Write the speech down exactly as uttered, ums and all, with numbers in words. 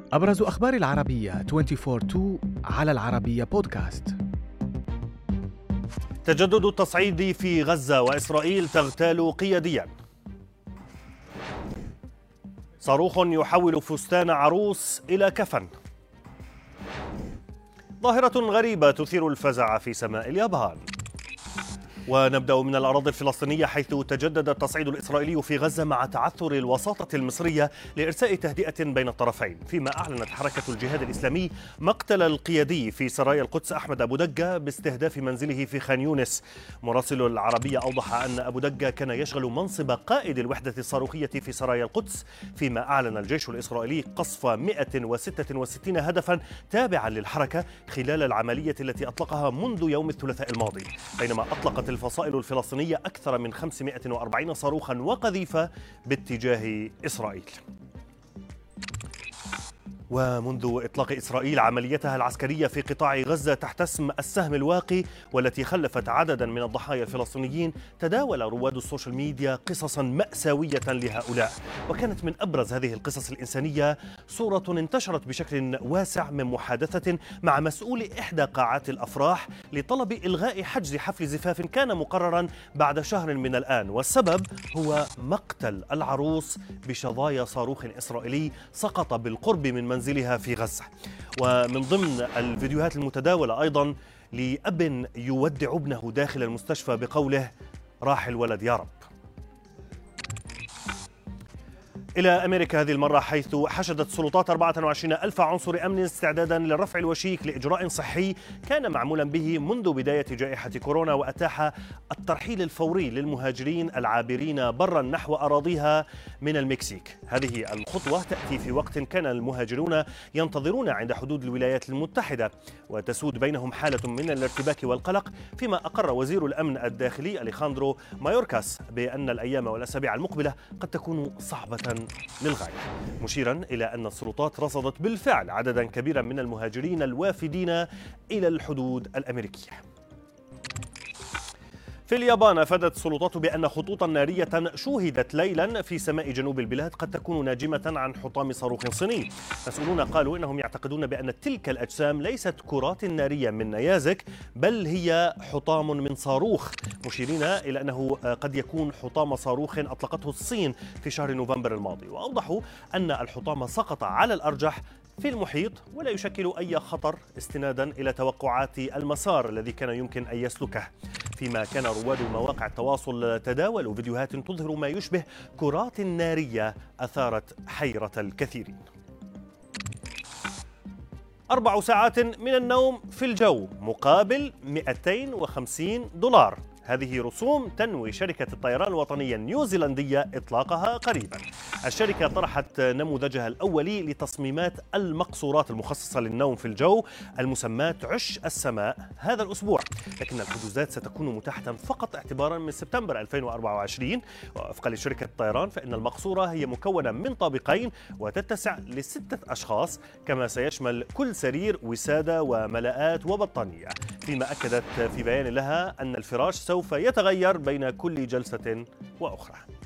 أبرز أخبار العربية أربعة وعشرين اثنين على العربية بودكاست. تجدد التصعيد في غزة وإسرائيل تغتال قياديا. صاروخ يحول فستان عروس إلى كفن. ظاهرة غريبة تثير الفزع في سماء اليابان. ونبدأ من الأراضي الفلسطينية، حيث تجدد التصعيد الإسرائيلي في غزة مع تعثر الوساطة المصرية لإرساء تهدئة بين الطرفين، فيما أعلنت حركة الجهاد الإسلامي مقتل القيادي في سرايا القدس أحمد أبو دقة باستهداف منزله في خان يونس. مراسل العربية أوضح أن أبو دقة كان يشغل منصب قائد الوحدة الصاروخية في سرايا القدس، فيما أعلن الجيش الإسرائيلي قصف مئة وستة وستين هدفا تابعا للحركة خلال العملية التي أطلقها منذ يوم الثلاثاء الماضي، بينما أطلقت الفصائل الفلسطينية أكثر من خمسمئة وأربعين صاروخا وقذيفة باتجاه إسرائيل. ومنذ إطلاق إسرائيل عمليتها العسكرية في قطاع غزة تحت اسم السهم الواقي، والتي خلفت عددا من الضحايا الفلسطينيين، تداول رواد السوشيال ميديا قصصا مأساوية لهؤلاء. وكانت من أبرز هذه القصص الإنسانية صورة انتشرت بشكل واسع من محادثة مع مسؤول إحدى قاعات الأفراح لطلب إلغاء حجز حفل زفاف كان مقررا بعد شهر من الآن، والسبب هو مقتل العروس بشظايا صاروخ إسرائيلي سقط بالقرب من منزلها في غزة. ومن ضمن الفيديوهات المتداولة أيضا لأب يودع ابنه داخل المستشفى بقوله: راح الولد يا رب. إلى أمريكا هذه المرة، حيث حشدت سلطات أربعة وعشرين ألف عنصر أمن استعدادا للرفع الوشيك لإجراء صحي كان معمولا به منذ بداية جائحة كورونا، وأتاح الترحيل الفوري للمهاجرين العابرين برا نحو أراضيها من المكسيك. هذه الخطوة تأتي في وقت كان المهاجرون ينتظرون عند حدود الولايات المتحدة وتسود بينهم حالة من الارتباك والقلق، فيما أقر وزير الأمن الداخلي أليخاندرو مايوركاس بأن الأيام والأسابيع المقبلة قد تكون صعبة للغاية، مشيرا إلى أن السلطات رصدت بالفعل عددا كبيرا من المهاجرين الوافدين إلى الحدود الأمريكية. في اليابان، أفادت السلطات بأن خطوطا نارية شوهدت ليلا في سماء جنوب البلاد قد تكون ناجمة عن حطام صاروخ صيني. مسؤولون قالوا إنهم يعتقدون بأن تلك الأجسام ليست كرات نارية من نيازك، بل هي حطام من صاروخ، مشيرين إلى أنه قد يكون حطام صاروخ أطلقته الصين في شهر نوفمبر الماضي. وأوضحوا أن الحطام سقط على الأرجح في المحيط ولا يشكل أي خطر، استنادا إلى توقعات المسار الذي كان يمكن أن يسلكه، فيما كان رواد مواقع التواصل تداولوا فيديوهات تظهر ما يشبه كرات نارية أثارت حيرة الكثيرين. أربع ساعات من النوم في الجو مقابل مئتين وخمسين دولار. هذه رسوم تنوي شركة الطيران الوطنية النيوزيلندية إطلاقها قريبا. الشركة طرحت نموذجها الأولي لتصميمات المقصورات المخصصة للنوم في الجو المسماة عش السماء هذا الأسبوع، لكن الحجوزات ستكون متاحة فقط اعتبارا من سبتمبر ألفين وأربعة وعشرين. ووفقا لشركة الطيران فإن المقصورة هي مكونة من طابقين وتتسع لستة أشخاص، كما سيشمل كل سرير وسادة وملاءات وبطانية، فيما أكدت في بيان لها أن الفراش سوف يتغير بين كل جلسة وأخرى.